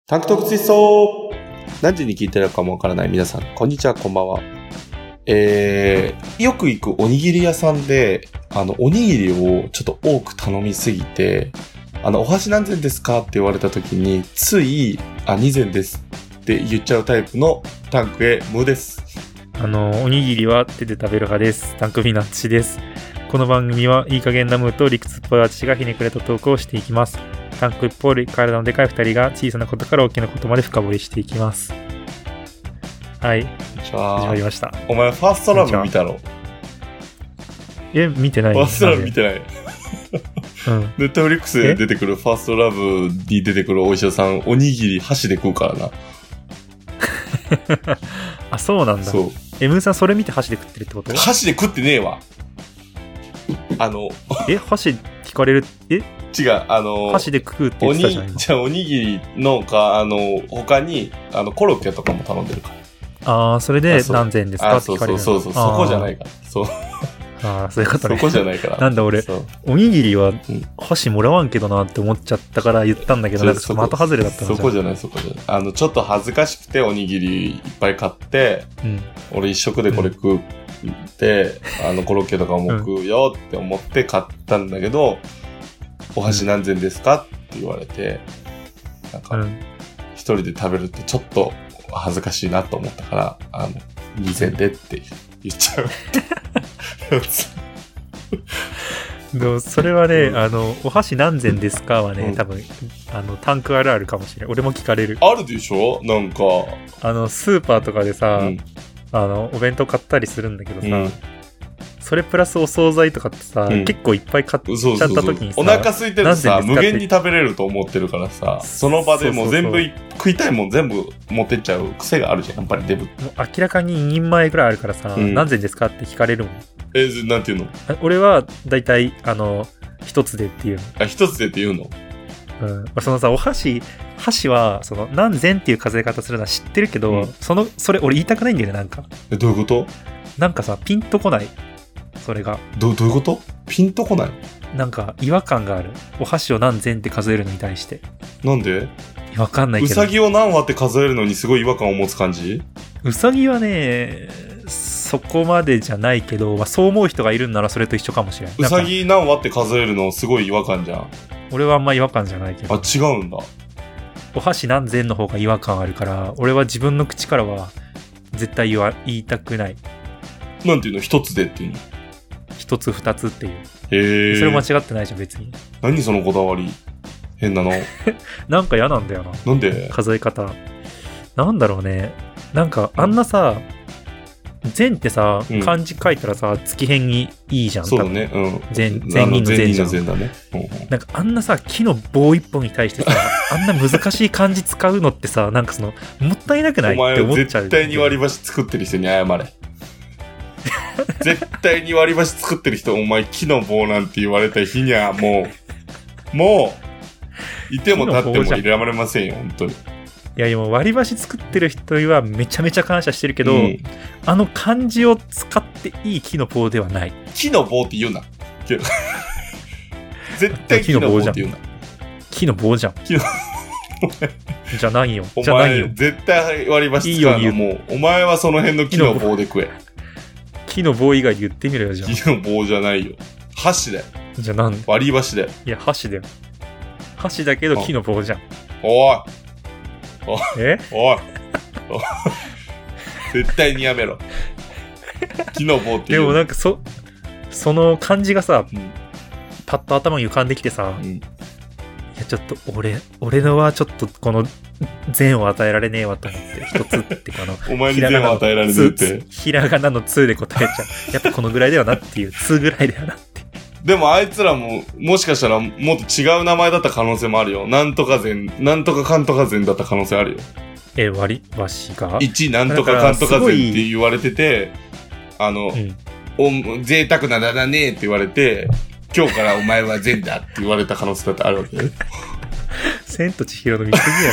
タンクトークツイスト。何時に聞いてるかもわからない皆さん、こんにちは、こんばんは。よく行くおにぎり屋さんで、おにぎりをちょっと多く頼みすぎて、お箸何膳ですかって言われた時に、つい、2膳ですって言っちゃうタイプのタンクへムーです。 おにぎりは手で食べる派です。タンクビナッチです。この番組はいい加減なムーと理屈っぽい私がひねくれたトークをしていきます。タンクっぽい体のでかい2人が小さなことから大きなことまで深掘りしていきます。はい。始まりました。 お前ファーストラブ見たの？ 見てない。 ファーストラブ見てない。 うん。 ネットフリックスで出てくるファーストラブに出てくるお医者さん、おにぎり箸で食うからな。 あ、そうなんだ。 そう。 ムーさんそれ見て箸で食ってるってこと？ 箸で食ってねえわ。 箸聞かれる？ 違う、 箸で食うって言ってたじゃん。 じゃあおにぎりの他に、コロッケとかも頼んでるから。 それで何膳ですかって聞かれる。 そう、そこじゃないから。そう。 そういうことね。 そこじゃないから。 なんだ俺、おにぎりは箸もらわんけどなって思っちゃったから言ったんだけど、なんか的外れだったの。 そこじゃない。ちょっと恥ずかしくておにぎりいっぱい買って、俺一食でこれ食って、コロッケとかも食うよって思って買ったんだけど、お箸何膳ですかって言われて、なんか、一人で食べるってちょっと恥ずかしいなと思ったから、2膳でって言っちゃう。 でもそれはね、お箸何膳ですかはね、多分タンクあるあるかもしれない。俺も聞かれる。 あるでしょ？なんかスーパーとかでさ、お弁当買ったりするんだけどさ、それプラスお惣菜とかってさ、結構いっぱい買っちゃった時にさ、 お腹空いてるとさ、無限に食べれると思ってるからさ、その場でもう全部食いたいもん全部持ってっちゃう癖があるじゃん、やっぱりデブ。 もう明らかに2人前ぐらいあるからさ、何膳ですかって聞かれるもん。 なんて言うの？ 俺はだいたい一つでっていうの。 一つでって言うの？ そのさ、箸はその何膳っていう数え方するのは知ってるけど、それ俺言いたくないんだよね、なんか。 どういうこと？ なんかさ、ピンとこない。それがどういうこと？ピンとこない？ なんか違和感がある。お箸を何膳って数えるのに対して。 なんで？ わかんないけど。 うさぎを何羽って数えるのにすごい違和感を持つ感じ？ うさぎはね、そこまでじゃないけど、そう思う人がいるんならそれと一緒かもしれない。 うさぎ何羽って数えるのすごい違和感じゃん。 俺はあんま違和感じゃないけど。 違うんだ。 お箸何膳の方が違和感あるから、俺は自分の口からは絶対言いたくない。 なんていうの？一つでっていうの？ 一つ二つっていう。 へー。 それ間違ってないじゃん、別に。 何そのこだわり？変なの。 なんか嫌なんだよな。 なんで？ 数え方。なんだろうね。なんかあんなさ、膳ってさ、漢字書いたらさ、月辺にいいじゃん。 そうだね。 膳人の膳じゃん。 膳だね。 なんかあんなさ、木の棒一本に対してさ、あんな難しい漢字使うのってさ、なんかもったいなくないって思っちゃう。 絶対に割り箸作ってる人に謝れ。絶対に割り箸作ってる人、お前木の棒なんて言われた日にはもういても立ってもいられませんよ、本当に。 いや、でも割り箸作ってる人にはめちゃめちゃ感謝してるけど、漢字を使っていい木の棒ではない。 木の棒って言うな。絶対木の棒って言うな。 木の棒じゃん。じゃないよ。 お前絶対割り箸使うのもう、お前はその辺の木の棒で食え。 木の棒以外言ってみろよ、じゃあ。 木の棒じゃないよ。箸だよ。 じゃあなんで？ 割り箸だよ。 いや、箸だよ。箸だけど木の棒じゃん。 おい。おい。絶対にやめろ。木の棒って言う。 でもなんかその漢字がさ、パッと頭に浮かんできてさ、いやちょっと俺のはちょっとこの善を与えられねえわと思って一つってお前に善を与えられねえってひらがなの2で答えちゃう。やっぱこのぐらいだよなっていう2ぐらいだよなって。 でもあいつらももしかしたらもっと違う名前だった可能性もあるよ。なんとか善、なんとかかんとか善だった可能性あるよ。 割り箸が 1なんとかかんとか善って言われてて、贅沢な名だねって言われて、今日からお前は善だって言われた可能性だってあるわけね。 千と千尋の見過ぎや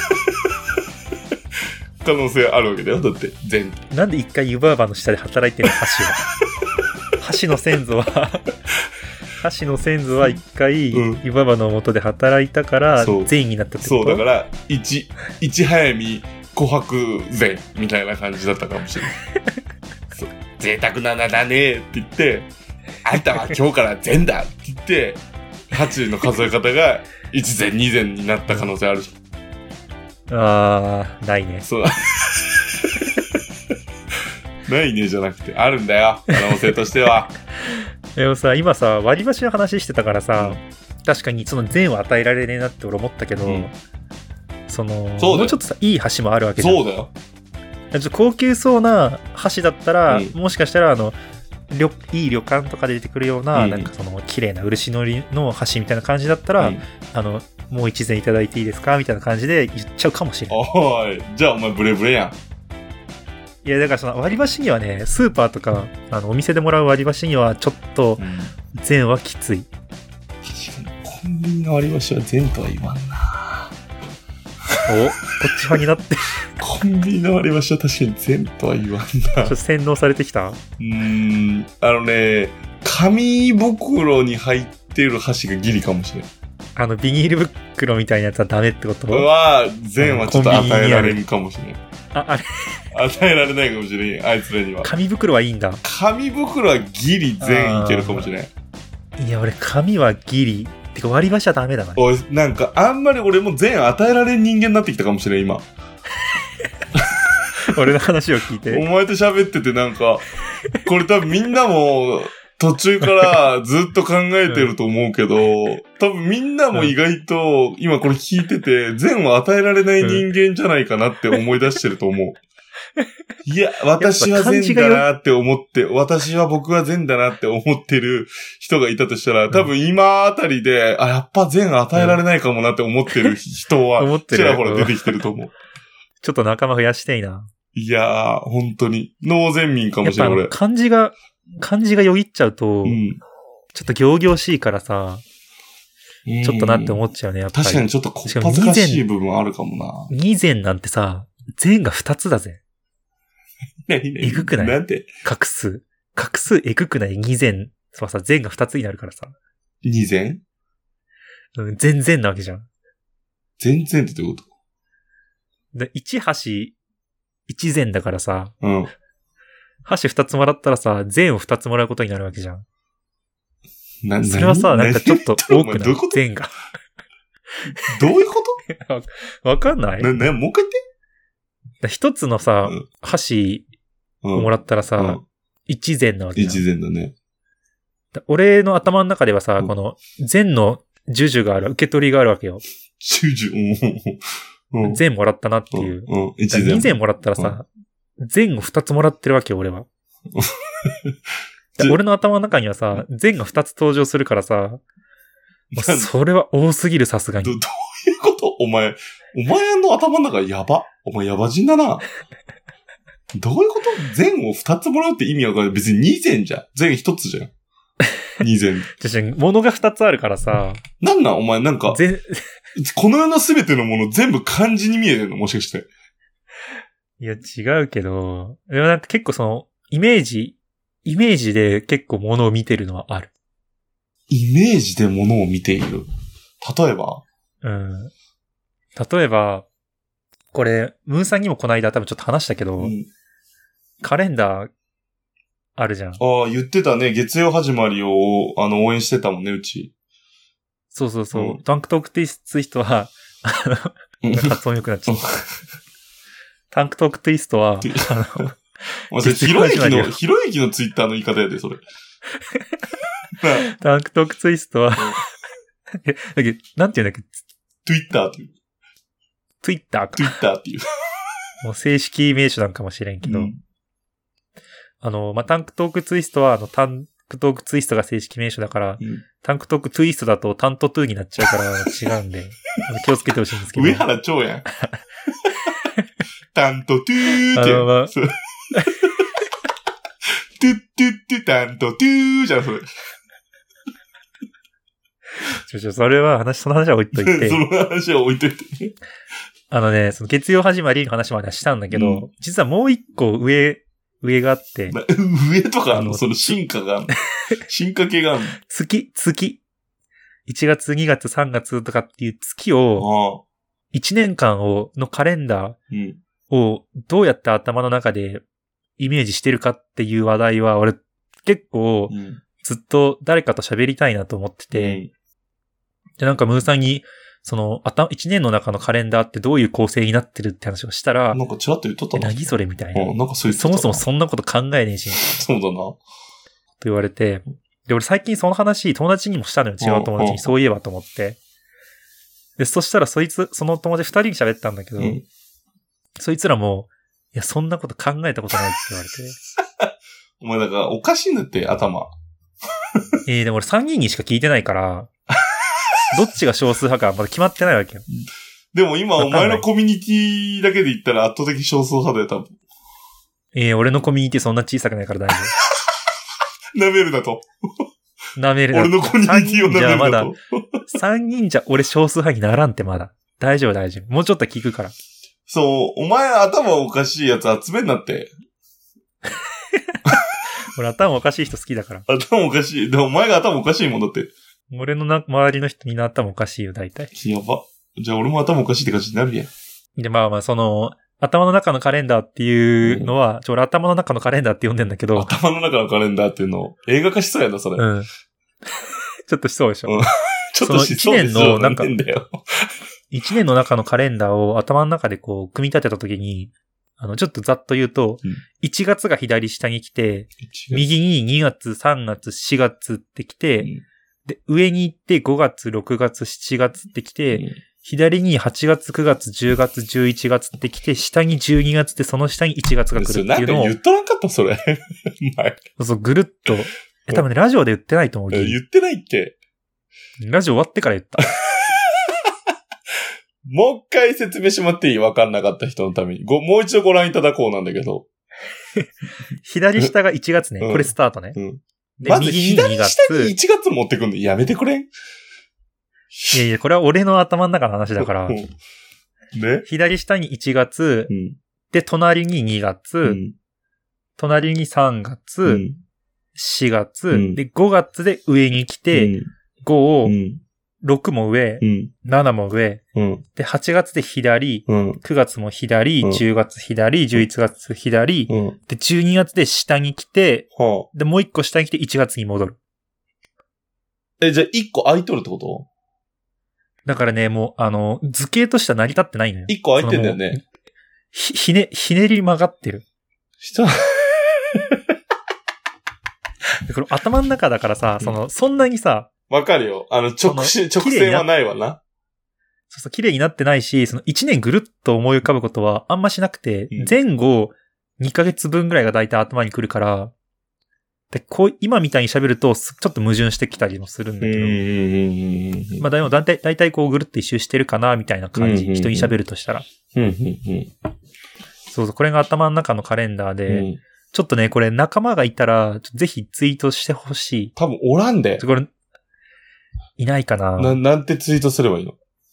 な。可能性あるわけだよ。だって善。 なんで一回湯婆婆の下で働いてるの？箸は。箸の先祖は橋の先祖は一回、湯婆婆の元で働いたから、善になったってこと？ そう、だから、いち早見、琥珀善みたいな感じだったかもしれない。贅沢な名だねって言って、あんたは今日から善だって言って、8の数え方が1善、2善になった可能性あるじゃん。あー、ないね。 そうだ。ないねじゃなくて、あるんだよ、可能性としては。 でもさ、今さ、割り箸の話してたからさ、確かにその善を与えられねえなって俺思ったけど、もうちょっとさ、いい箸もあるわけじゃん。 そうだよ。 ちょっと高級そうな箸だったら、もしかしたらいい旅館とかで出てくるような、なんかその綺麗な漆のりの箸みたいな感じだったら、もう一膳いただいていいですかみたいな感じで言っちゃうかもしれない。 おい、じゃあお前ブレブレやん。 いやだからその割り箸にはね、スーパーとかお店でもらう割り箸にはちょっと膳はきつい。 確かにコンビニの割り箸は膳とは言わんな。 お、こっち派になってコンビニの割り箸は確かに膳とは言わんな。ちょっと洗脳されてきた？ 紙袋に入ってる箸がギリかもしれない。 ビニール袋みたいなやつはダメってこと？ 膳はちょっと与えられんかもしれない。 あれ与えられないかもしれん、あいつらには。 紙袋はいいんだ。 紙袋はギリ膳いけるかもしれん。 いや俺紙はギリてか割り箸はダメだな。 おい、なんかあんまり俺も膳与えられん人間になってきたかもしれん今。 俺の話を聞いて。 お前と喋っててなんか、これ多分みんなも途中からずっと考えてると思うけど、多分みんなも意外と今これ聞いてて、善を与えられない人間じゃないかなって思い出してると思う。いや、私は善だなって思って、僕は善だなって思ってる人がいたとしたら、多分今あたりで、やっぱ善与えられないかもなって思ってる人は、ちらほら出てきてると思う。 ちょっと仲間増やしていいな。 いやー、本当に。農前民かもしれない。 漢字がよぎっちゃうと、ちょっと仰々しいからさ、ちょっとなって思っちゃうね、やっぱり。 確かにちょっとこっぱずかしい部分あるかもな。 二膳なんてさ、膳が2つだぜ。えぐくない？ なんて画数えぐくない？二膳はさ、膳が2つになるからさ。 二膳？ 全然なわけじゃん。 全然ってどういうこと？ で、一箸、一膳だからさ、 うん。 箸2つもらったらさ、膳を2つもらうことになるわけじゃん。それはさ、なんかちょっと多くない？膳が。 どういうことわかんない？ もう一回言って。 一つのさ、箸をもらったらさ、一膳なわけじゃん。 一膳だね。 俺の頭の中ではさ、この膳の授受がある、受け取りがあるわけよ。 授受膳もらったなっていう。二膳もらったらさ、膳を2つもらってるわけよ、俺は。俺の頭の中にはさ、膳が2つ登場するからさ、それは多すぎる、さすがに。 どういうことお前の頭の中やば。お前やば人だな。どういうこと膳を2つもらうって意味わかんない。別に2膳じゃん。膳1つじゃん。2膳。 物が2つあるからさ。 お前なんか、この世のすべてのもの全部漢字に見えてるのもしかして。 いや、違うけど、でもなんか結構その、イメージで結構物を見てるのはある。 イメージで物を見ている。例えば？ 例えば、これ、ムーさんにもこの間多分ちょっと話したけど、カレンダーあるじゃん。 言ってたね。月曜始まりを、応援してたもんね、うち。 そう。タンクトークツイストは、発音良くなっちゃった。タンクトークツイストは、 ひろゆきのツイッターの言い方やで、それ。 タンクトークツイストは、なんて言うんだっけ？ ツイッターっていう。 ツイッターっていう。 もう正式名称なんかもしれんけど、タンクトークツイストは、タンクトークツイストが正式名称だから、タンクトークツイストだとタントトゥーになっちゃうから違うんで、気をつけてほしいんですけど。 上原長やん。タントトゥーって。トゥットゥットゥタントトゥーじゃん、それ。 それはその話は置いといて。 その話は置いといて。 その月曜始まりの話まではしたんだけど、実はもう一個上上があって。 上とかあんの？その進化があんの？進化系があんの？ 月。1月、2月、3月とかっていう月を、1年間のカレンダーをどうやって頭の中でイメージしてるかっていう話題は、俺結構ずっと誰かと喋りたいなと思ってて、で、なんかムーさんに、その、1年の中のカレンダーってどういう構成になってるって話をしたら、 なんかちらっと言っとったな。 何それみたいな。 なんかそうそもそもそんなこと考えねえし。 そうだな。と言われて、で、俺最近その話、友達にもしたのよ。違う友達に。そういえばと思って。で、そしたらその友達2人に喋ったんだけど、そいつらも、いや、そんなこと考えたことないって言われて。 お前だからおかしいんだって、頭。 でも俺3人にしか聞いてないから、どっちが少数派かまだ決まってないわけよ。 でも今お前のコミュニティだけで言ったら圧倒的少数派だよ、多分。 俺のコミュニティそんな小さくないから大丈夫。 舐めるだと。 舐めるだと。 俺のコミュニティを舐めるだと。 まだ、3人じゃ俺少数派にならんってまだ。大丈夫。もうちょっと聞くから。 そう、お前頭おかしいやつ集めんなって。 俺頭おかしい人好きだから。 頭おかしい。でもお前が頭おかしいもんだって。 俺の周りの人みんな頭おかしいよ、大体。 やば。じゃあ俺も頭おかしいって感じになるやん。 で、まあ、その、頭の中のカレンダーっていうのは、俺頭の中のカレンダーって呼んでんだけど。 頭の中のカレンダーっていうのを映画化しそうやな、それ。 ちょっとしそうでしょ。 ちょっとしそうでしょ。 その1年の中、1年の中のカレンダーを頭の中でこう、組み立てたときに、ちょっとざっと言うと、1月が左下に来て、右に2月、3月、4月って来て、で、上に行って5月、6月、7月って来て、左に8月、9月、10月、11月って来て、下に12月でその下に1月が来るっていうのを。 なんか言っとらんかったそれ。 そう、ぐるっと。多分ね、ラジオで言ってないと思う。 言ってないって。 ラジオ終わってから言った。 もう一回説明してもらっていい？わかんなかった人のために。もう一度ご覧いただこうなんだけど。 左下が1月ね。これスタートね。 でまず左下に1月持ってくんのやめてくれん？ いや、これは俺の頭の中の話だから。 ね、 左下に1月、で、隣に2月、隣に3月、4月、で、5月で上に来て、5、6も上、7も上、で、8月で左、9月も左、10月左、11月左、で、12月で下に来て、で、もう1個下に来て1月に戻る。 じゃあ1個空いとるってこと？ だからね、もう、図形としては成り立ってないのよ。 1個空いてんだよね。 ひねり曲がってる。これ頭の中だからさ、そんなにさ、 わかるよ。直線はないわな。 そう、綺麗になってないし、その1年ぐるっと思い浮かぶことはあんましなくて、前後2ヶ月分ぐらいがだいたい頭に来るから、で、今みたいに喋ると、ちょっと矛盾してきたりもするんだけど。まあ、でもだいたいこうぐるっと一周してるかな、みたいな感じ。人に喋るとしたら。そう、これが頭の中のカレンダーで、ちょっとね、これ仲間がいたら、ぜひツイートしてほしい。 多分おらんで。 これ、いないかな。 なんてツイートすればいいの？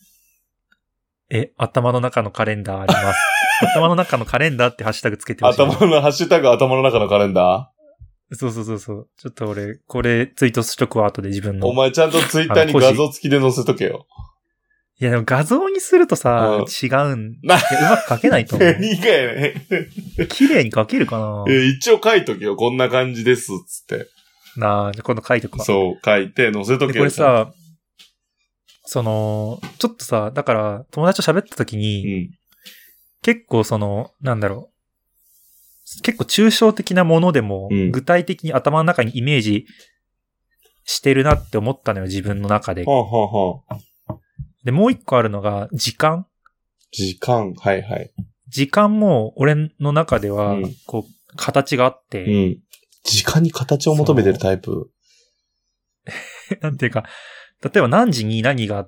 頭の中のカレンダーあります。頭の中のカレンダーってハッシュタグつけてほしい。 ハッシュタグ頭の中のカレンダー？ そう。ちょっと俺、これツイートしとくわ、後で自分の。 お前ちゃんとツイッターに画像付きで載せとけよ。 いやでも画像にするとさ、違うん。うまく描けないと思う。 何がやねん。綺麗に描けるかな？ 一応書いとけよ。こんな感じです、つって。 じゃあ今度書いとくわ。 そう、書いて載せとけよ。 これさ、ちょっとさ、だから友達と喋った時に、結構なんだろう。結構抽象的なものでも、具体的に頭の中にイメージしてるなって思ったのよ、自分の中で。で、もう一個あるのが、時間。 はいはい。 時間も、俺の中では、こう、形があって。 時間に形を求めてるタイプ。 なんていうか、例えば何時に何があって、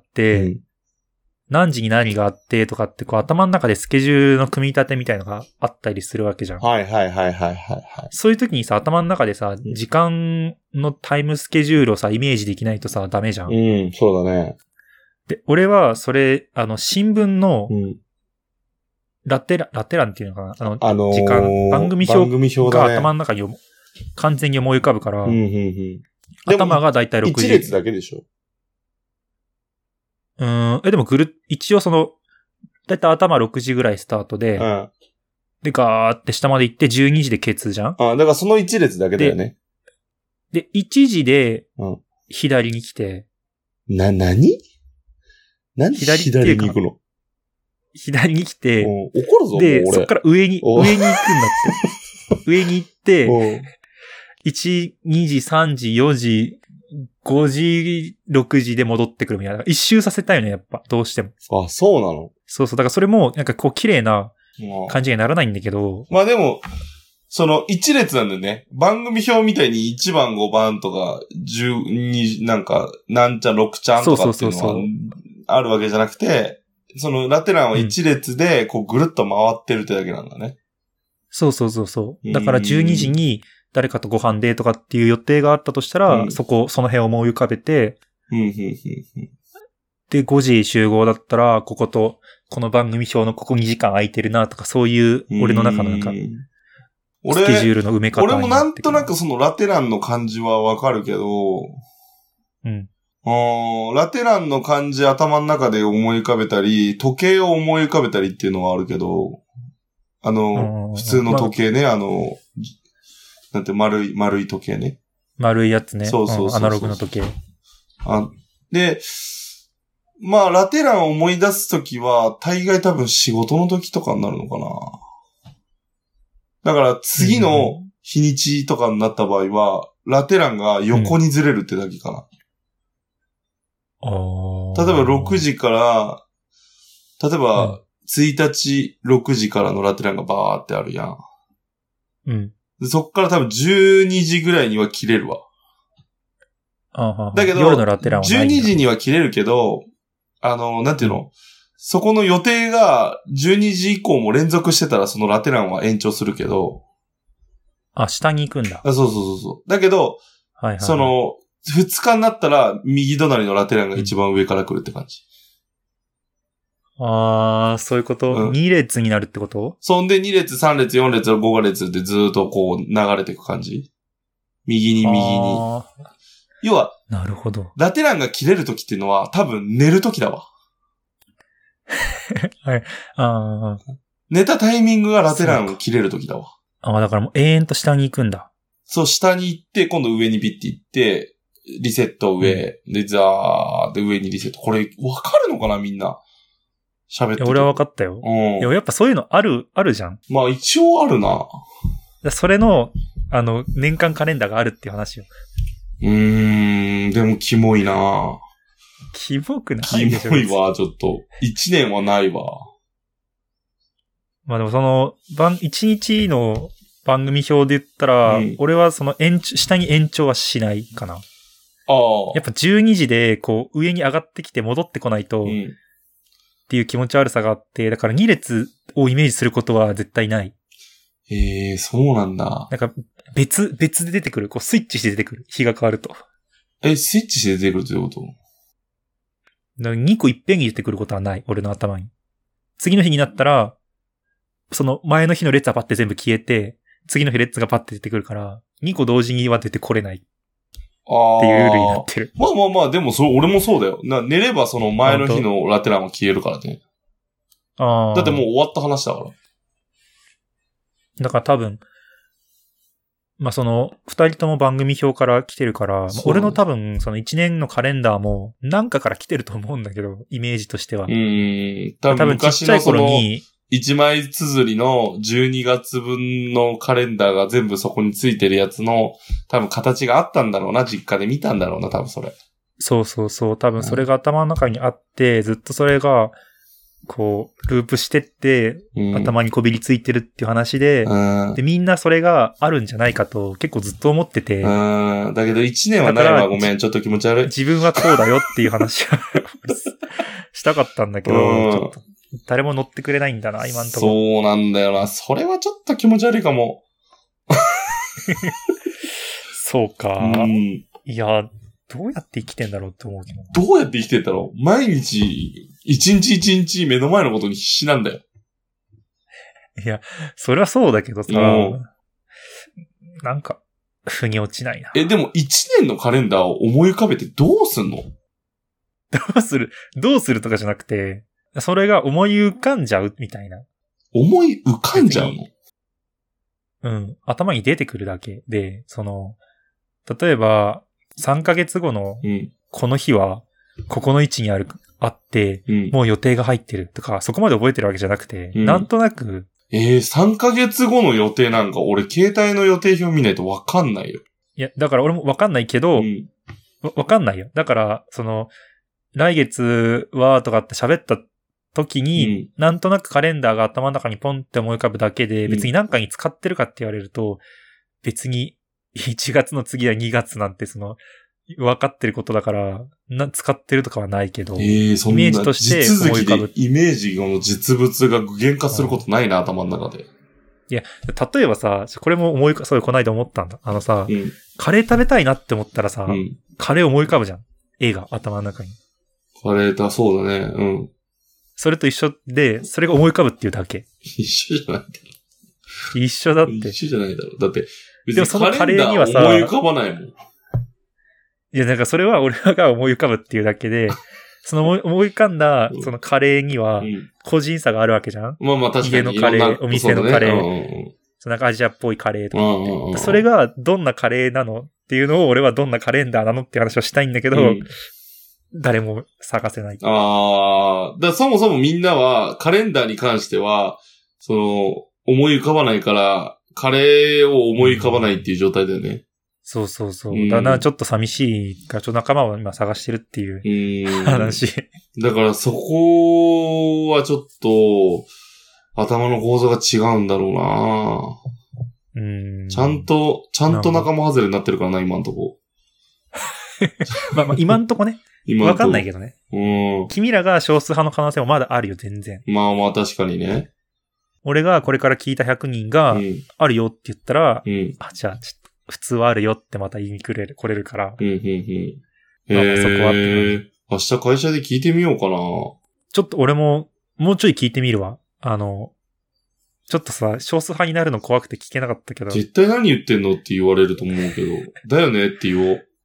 何時に何があってとかって、こう頭の中でスケジュールの組み立てみたいのがあったりするわけじゃん。 はい。 そういう時にさ、頭の中でさ、時間のタイムスケジュールをさ、イメージできないとさ、ダメじゃん。 そうだね。 で、俺は、それ、新聞の、 ラテランっていうのかな時間、番組表が頭の中に完全に思い浮かぶから、頭がだいたい6時。 1列だけでしょ？ でも一応だいたい頭6時ぐらいスタートで、で、ガーって下まで行って12時でケツじゃん？ だからその1列だけだよね。 で、1時で、左に来て。 何左に行くの？ 左に来て、 怒るぞ、 で、そっから上に行くんだって。上に行って、1、2時、3時、4時、5時、6時で戻ってくるみたいな。一周させたいよね、やっぱ。どうしても。 あ、そうなの？ そうそう。だからそれも、なんかこう、綺麗な感じにならないんだけど。 まあでも、一列なんだよね。番組表みたいに1番、5番とか、12、なんか、なんちゃん、6ちゃんとかっていうのはあるわけじゃなくて、ラテランは1列で、こう、ぐるっと回ってるってだけなんだね。 そう。だから12時に誰かとご飯でとかっていう予定があったとしたら、その辺を思い浮かべて、で、5時集合だったら、この番組表のここ2時間空いてるなとか、そういう、俺の中のなんか、スケジュールの埋め方俺もなんとなくラテランの感じはわかるけど、ラテランの感じ頭の中で思い浮かべたり、時計を思い浮かべたりっていうのはあるけど、普通の時計ね、なんて丸い時計ね。 丸いやつね。 そう。 アナログの時計。 で、まあ、ラテランを思い出すときは、大概多分仕事の時とかになるのかな。だから次の日にちとかになった場合は、ラテランが横にずれるってだけかな。例えば6時から、例えば1日6時からのラテランがバーってあるやん。でそっから多分12時ぐらいには切れるわ。だけど、 夜のラテランはないんだ。 12時には切れるけど、なんていうの？そこの予定が12時以降も連続してたらそのラテランは延長するけど。 下に行くんだ。 そう。だけど、2日になったら右隣のラテランが一番上から来るって感じ。 そういうこと、2列になるってこと？ そんで2列、3列、4列、5列ってずっとこう流れていく感じ。右に。要は、 なるほど。 ラテランが切れるときっていうのは多分寝るときだわ。 はい。 寝たタイミングがラテランを切れるときだわ。 だからもう永遠と下に行くんだ。 そう、下に行って、今度上にピッて行って、リセット上、で、ザーで上にリセット。これ、わかるのかなみんな。喋ってて。 俺は分かったよ。やっぱそういうのあるじゃん。 まあ一応あるな。 それの、年間カレンダーがあるっていう話よ。 でもキモいな。 キモくないでしょ。 キモいわ、ちょっと。1年はないわ。 まあでも1日の番組表で言ったら、俺は下に延長はしないかな。やっぱ12時でこう上に上がってきて戻ってこないと、っていう気持ち悪さがあって、だから2列をイメージすることは絶対ない。 そうなんだ。 なんか別で出てくる。こうスイッチして出てくる。日が変わると。 スイッチして出てくるってこと？ だから2個いっぺんに出てくることはない。俺の頭に。次の日になったら、その前の日の列はパッて全部消えて、次の日列がパッて出てくるから、2個同時には出てこれない。っていうルールになってる。 まあ、でも俺もそうだよ。寝ればその前の日のラテランは消えるからね。だってもう終わった話だから。 だから多分、まあ二人とも番組表から来てるから、俺の多分1年のカレンダーも何かから来てると思うんだけど、イメージとしては。 多分ちっちゃい頃に、1枚綴りの12月分のカレンダーが全部そこについてるやつの多分形があったんだろうな、実家で見たんだろうな、多分それ。そう。多分それが頭の中にあって、ずっとそれが、こう、ループしてって、頭にこびりついてるっていう話で、で、みんなそれがあるんじゃないかと結構ずっと思ってて。だけど1年はないわ、ごめん、ちょっと気持ち悪い。自分はこうだよっていう話をしたかったんだけど、ちょっと誰も乗ってくれないんだな、今んところ。そうなんだよな。それはちょっと気持ち悪いかも。そうか。いや、どうやって生きてんだろうって思うけど。どうやって生きてんだろう？毎日、一日一日目の前のことに必死なんだよ。 いや、それはそうだけどさ、 うんなんか、腑に落ちないな。 でも1年のカレンダーを思い浮かべてどうすんの？ どうするとかじゃなくて、それが思い浮かんじゃうみたいな。 思い浮かんじゃうの？ うん。頭に出てくるだけで、例えば、3ヶ月後のこの日は、ここの位置にあって、もう予定が入ってるとか、そこまで覚えてるわけじゃなくて、なんとなく。 3ヶ月後の予定なんか、俺携帯の予定表見ないとわかんないよ。 いや、だから俺もわかんないけど、わかんないよ。だから、来月はとかって喋った時に、なんとなくカレンダーが頭の中にポンって思い浮かぶだけで、別に何かに使ってるかって言われると、別に1月の次は2月なんて分かってることだから、使ってるとかはないけど、 そんなイメージとして思い浮かぶ。 イメージの実物が具現化することないな、頭の中で。 いや、例えばさ、これもそういうこないだ思ったんだ。カレー食べたいなって思ったらさ、カレー思い浮かぶじゃん。映画、頭の中に。 カレーだ、そうだね。 それと一緒で、それが思い浮かぶっていうだけ。 一緒じゃないだろ。 一緒だって。 一緒じゃないだろ。だって、別にでもそのカレーにはさ、 思い浮かばないもん。 いや、なんかそれは俺が思い浮かぶっていうだけで、思い浮かんだ、カレーには、個人差があるわけじゃん。 まあまあ確かに。 家のカレー、お店のカレー。なんかアジアっぽいカレーとかって。それがどんなカレーなのっていうのを俺はどんなカレンダーなのって話をしたいんだけど、誰も探せない。 そもそもみんなはカレンダーに関しては、思い浮かばないから、カレーを思い浮かばないっていう状態だよね。 そうそうそう。だな、ちょっと寂しいから、仲間を今探してるっていう話。 だからそこはちょっと、頭の構造が違うんだろうな。ちゃんと仲間外れになってるからな、今んとこ。 まあ今んとこね。わかんないけどね。君らが少数派の可能性もまだあるよ、全然。 まあまあ確かにね。 俺がこれから聞いた100人が、あるよって言ったら、じゃあ、普通はあるよってまた言いに来れるから。 そこは明日会社で聞いてみようかな。 ちょっと俺も、もうちょい聞いてみるわ。ちょっとさ、少数派になるの怖くて聞けなかったけど。 絶対何言ってんのって言われると思うけど。だよねって言おう。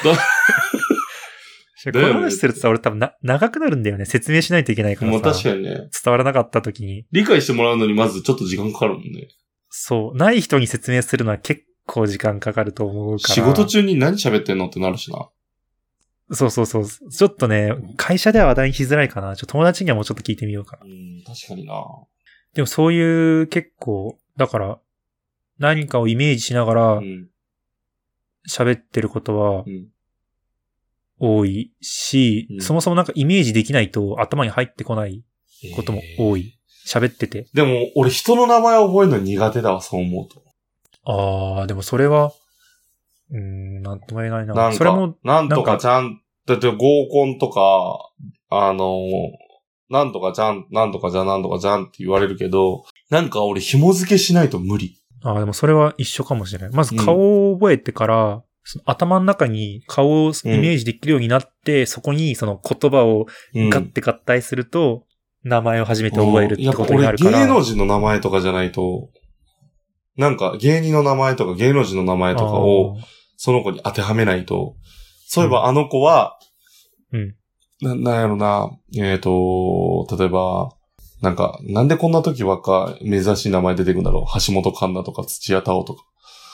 この話するとさ、俺多分長くなるんだよね。説明しないといけないからさ。 まあ確かにね。 伝わらなかった時に。 理解してもらうのにまずちょっと時間かかるもんね。 そう。ない人に説明するのは結構時間かかると思うから。 仕事中に何喋ってんのってなるしな。 そう。ちょっとね、会社では話題にしづらいかな。友達にはもうちょっと聞いてみようかな。 確かにな。 でもそういう結構、だから、何かをイメージしながら、喋ってることは、多いし、そもそもなんかイメージできないと頭に入ってこないことも多い。喋ってて。 でも、俺人の名前を覚えるの苦手だわ、そう思うと。 でもそれは、なんとも言えないな。 なんか、 それもなんとかちゃん、だって合コンとか、なんとかじゃん、なんとかじゃなんとかじゃんって言われるけど、なんか俺紐付けしないと無理。 でもそれは一緒かもしれない。まず顔を覚えてから、頭の中に顔をイメージできるようになって、そこにその言葉をガッて合体すると、名前を初めて覚えるってことになるから。 やっぱ俺芸能人の名前とかじゃないと、なんか芸人の名前とか芸能人の名前とかをその子に当てはめないと、そういえばあの子は、なんやろな、例えば、なんか、なんでこんな時ばっか珍しい名前出てくるんだろう。橋本環奈とか土屋太鳳とか。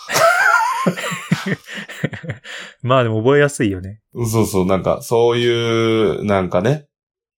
まあでも覚えやすいよね。 そう、なんか、そういう、なんかね、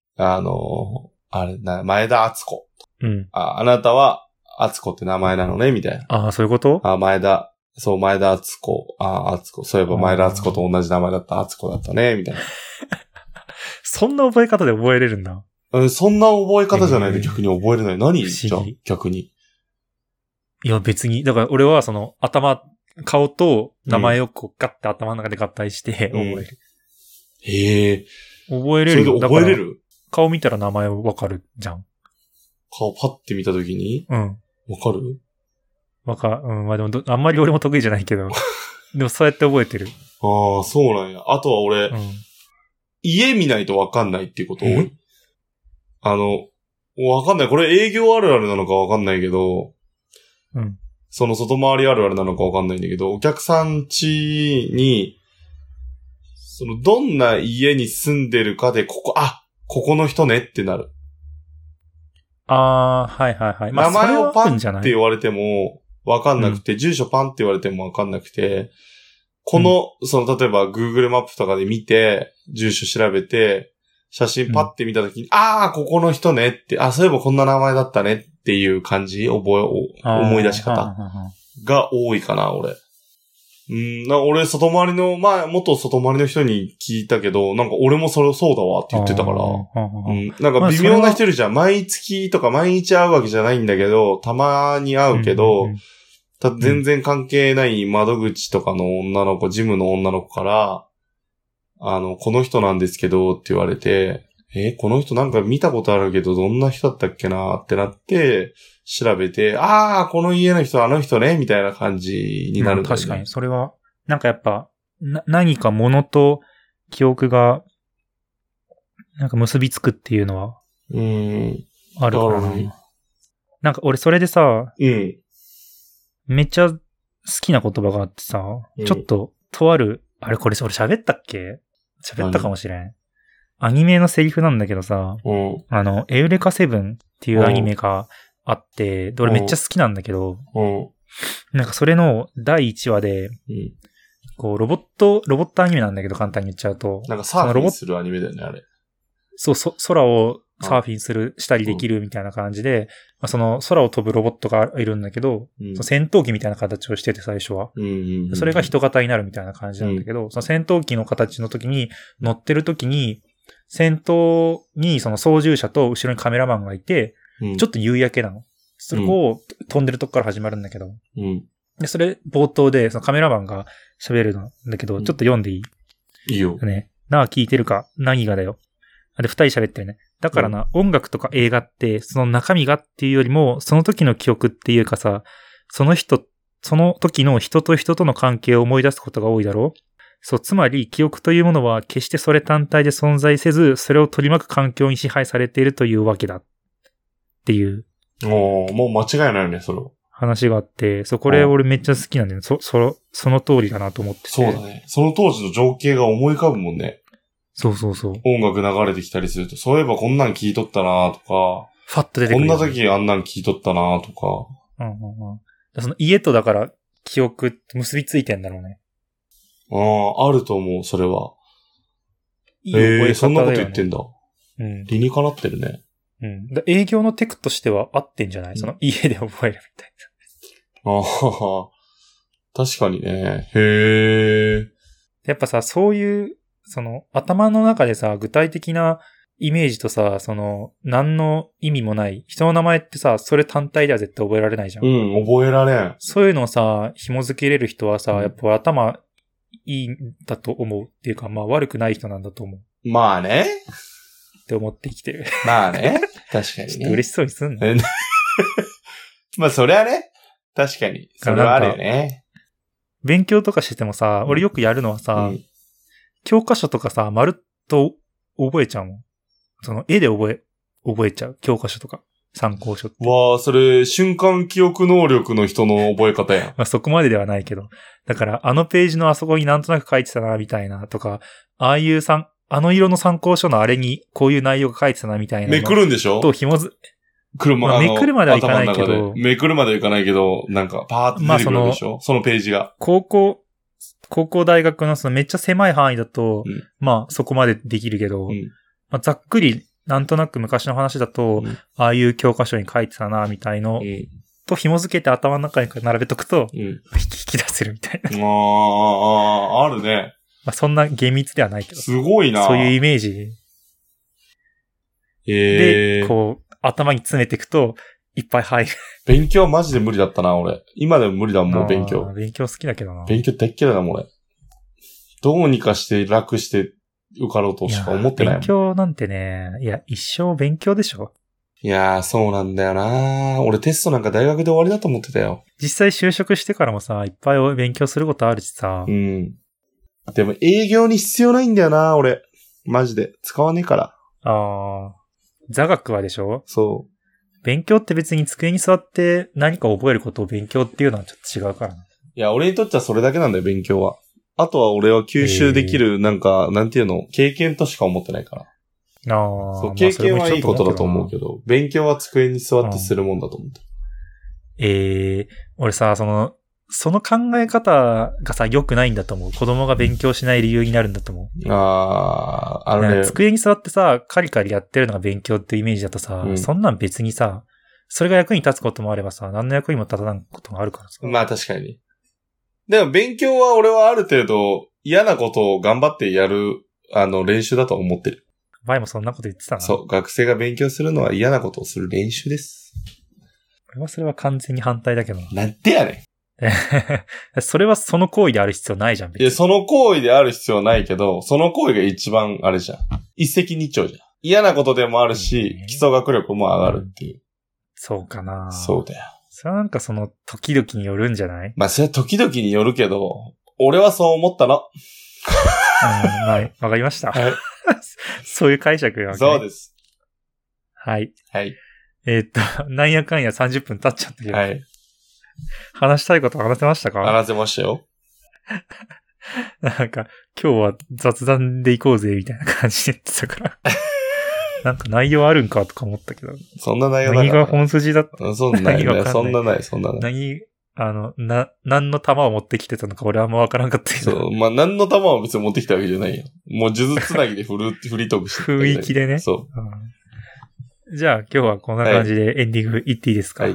前田敦子。あなたは敦子って名前なのね、みたいな。 そういうこと？ 前田敦子。敦子。そういえば前田敦子と同じ名前だった敦子だったね、みたいな。 そんな覚え方で覚えれるんだ。 そんな覚え方じゃないと逆に覚えれない。何じゃあ逆に。 いや別に、だから俺はその顔と名前をこうガッて頭の中で合体して覚える。 へえ。 覚えれるよ。 それで覚えれる？ 顔見たら名前わかるじゃん。 顔パッて見たときにわかる？ まあでもあんまり俺も得意じゃないけど。でもそうやって覚えてる。 そうなんや。あとは俺、家見ないとわかんないっていうこと多い。 わかんない。これ営業あるあるなのかわかんないけど、 うん。 その外回りあるあるなのかわかんないんだけど、お客さん家に、どんな家に住んでるかで、ここの人ねってなる。 はいはいはい。 名前をパンって言われてもわかんなくて、住所パンって言われてもわかんなくて、例えば Google マップとかで見て、住所調べて、写真パッて見たときに、ここの人ねって、そういえばこんな名前だったねっていう感じ、思い出し方が多いかな、俺。俺、元外回りの人に聞いたけど、なんか俺もそうだわって言ってたから、なんか微妙な人いるじゃん。毎月とか毎日会うわけじゃないんだけど、たまに会うけど、全然関係ない窓口とかの女の子、ジムの女の子から、この人なんですけどって言われて、この人なんか見たことあるけど、どんな人だったっけなってなって、調べて、この家の人、あの人ね、みたいな感じになるんだよね。 確かに、それは、なんかやっぱ、何か物と記憶が、なんか結びつくっていうのは、あるからな。なんか俺それでさ、めっちゃ好きな言葉があってさ、ちょっと、とある、これ俺喋ったっけ？喋ったかもしれん。アニメのセリフなんだけどさ、エウレカセブンっていうアニメがあって、俺めっちゃ好きなんだけど、なんかそれの第1話で、こうロボットアニメなんだけど簡単に言っちゃうと。 なんかサーフィンするアニメだよね、あれ。 そう、空をサーフィンしたりできるみたいな感じで、その空を飛ぶロボットがいるんだけど、その戦闘機みたいな形をしてて最初は。それが人型になるみたいな感じなんだけど、その戦闘機の形の時に乗ってる時に、先頭にその操縦者と後ろにカメラマンがいて、ちょっと夕焼けなの。そこを飛んでるとこから始まるんだけど。で、それ冒頭でそのカメラマンが喋るんだけど、ちょっと読んでいい？ いいよ。 ね。聞いてるか？何がだよ。で、二人喋ってるね。だからな、音楽とか映画って、その中身がっていうよりも、その時の記憶っていうかさ、その時の人と人との関係を思い出すことが多いだろう？そう、つまり記憶というものは決してそれ単体で存在せず、それを取り巻く環境に支配されているというわけだ。っていう。 もう間違いないよね、それ。 話があって、これ俺めっちゃ好きなんだよね。その通りだなと思ってて。 そうだね。その当時の情景が思い浮かぶもんね。 そう。 音楽流れてきたりすると、そういえばこんなん聞いとったなとか、 ファッと出てくる、 こんな時あんなん聞いとったなとか。 その家とだから記憶って結びついてんだろうね。 あると思う、それは。 いい覚え方だよね。 そんなこと言ってんだ。理にかなってるね。 営業のテクとしては合ってんじゃない？その家で覚えるみたいな。確かにね。へー。 やっぱさ、そういう、頭の中でさ、具体的なイメージとさ、何の意味もない、人の名前ってさ、それ単体では絶対覚えられないじゃん。 覚えられん。 そういうのをさ、紐づけれる人はさ、やっぱ頭いいんだと思うっていうか、悪くない人なんだと思う。 まあね。 って思って生きてる。 まあね。確かにね。 ちょっと嬉しそうにすんの？ それはね。確かに。それはあるよね。 勉強とかしててもさ、俺よくやるのはさ、教科書とかさ、まるっと覚えちゃうもん。絵で覚えちゃう。教科書とか、参考書って。 それ、瞬間記憶能力の人の覚え方やん。 そこまでではないけど。だから、あのページのあそこになんとなく書いてたな、みたいな、とか、あの色の参考書のあれにこういう内容が書いてたな、みたいな。 めくるんでしょ？ と紐づ、めくるまではいかないけど。 めくるまではいかないけど、なんか、パーッと出てくるでしょ？そのページが。 高校大学のめっちゃ狭い範囲だと、そこまでできるけど、ざっくり、なんとなく昔の話だと、ああいう教科書に書いてたな、みたいの、と紐づけて頭の中に並べとくと、引き出せるみたいな。 あるね。 そんな厳密ではないけど。 すごいな。 そういうイメージ。で、頭に詰めていくと、いっぱい入る。 勉強はマジで無理だったな、俺。今でも無理だもん、勉強。 勉強好きだけどな。 勉強大っ嫌いだもん、俺。どうにかして楽して受かろうとしか思ってないもん。 勉強なんてね、一生勉強でしょ。 いやー、そうなんだよな。俺テストなんか大学で終わりだと思ってたよ。 実際就職してからもさ、いっぱい勉強することあるしさ。 でも営業に必要ないんだよな、俺。マジで。使わねえから。 座学はでしょ？ そう。 勉強って別に机に座って何か覚えることを勉強っていうのはちょっと違うからな。 いや、俺にとってはそれだけなんだよ、勉強は。あとは俺は吸収できる、なんていうの、経験としか思ってないから。そう、経験はいいことだと思うけど、勉強は机に座ってするもんだと思って。 俺さ、その考え方がさ、良くないんだと思う。子供が勉強しない理由になるんだと思う。 ね。 机に座ってさ、カリカリやってるのが勉強っていうイメージだとさ、そんなん別にさ、それが役に立つこともあればさ、何の役にも立たないこともあるからさ。 まあ確かに。でも勉強は俺はある程度嫌なことを頑張ってやる、練習だと思ってる。 前もそんなこと言ってたな。 そう、学生が勉強するのは嫌なことをする練習です。 俺はそれは完全に反対だけどな。 なんでやねん。 それはその行為である必要ないじゃん。別に。 いや、その行為である必要はないけど、その行為が一番あれじゃん。一石二鳥じゃん。嫌なことでもあるし、基礎学力も上がるっていう。 そうかな。 そうだよ。 それはなんかその時々によるんじゃない？ まあ、それは時々によるけど、俺はそう思ったの。 はい。わかりました。はい、そういう解釈が、ね。 そうです。 はい。 はい。 なんやかんや30分経っちゃったけど。 はい。 話したいこと話せましたか？ 話せましたよ。 なんか、今日は雑談で行こうぜ、みたいな感じで言ってたから。なんか内容あるんかとか思ったけど。 そんな内容何が本筋だった？ そんなない。そんなない。 何の玉を持ってきてたのか俺はあんまわからんかったけど。 そう。まあ、何の玉を別に持ってきたわけじゃないよ。もう数珠つなぎでフリートークしてた。 雰囲気でね。 そう。 じゃあ今日はこんな感じでエンディングいっていいですか？ はい。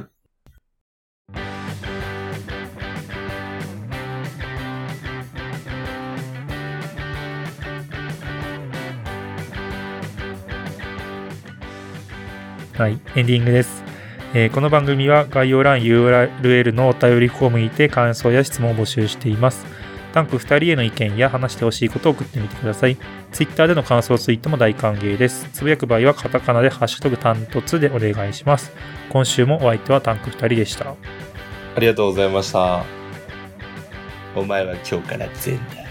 はい、エンディングです。この番組は概要欄 URL のお便りフォームにて感想や質問を募集しています。タンク2人への意見や話してほしいことを送ってみてください。Twitter での感想ツイートも大歓迎です。つぶやく場合はカタカナでハッシュタグタントツでお願いします。今週もお相手はタンク2人でした。 ありがとうございました。お前は今日から全だ。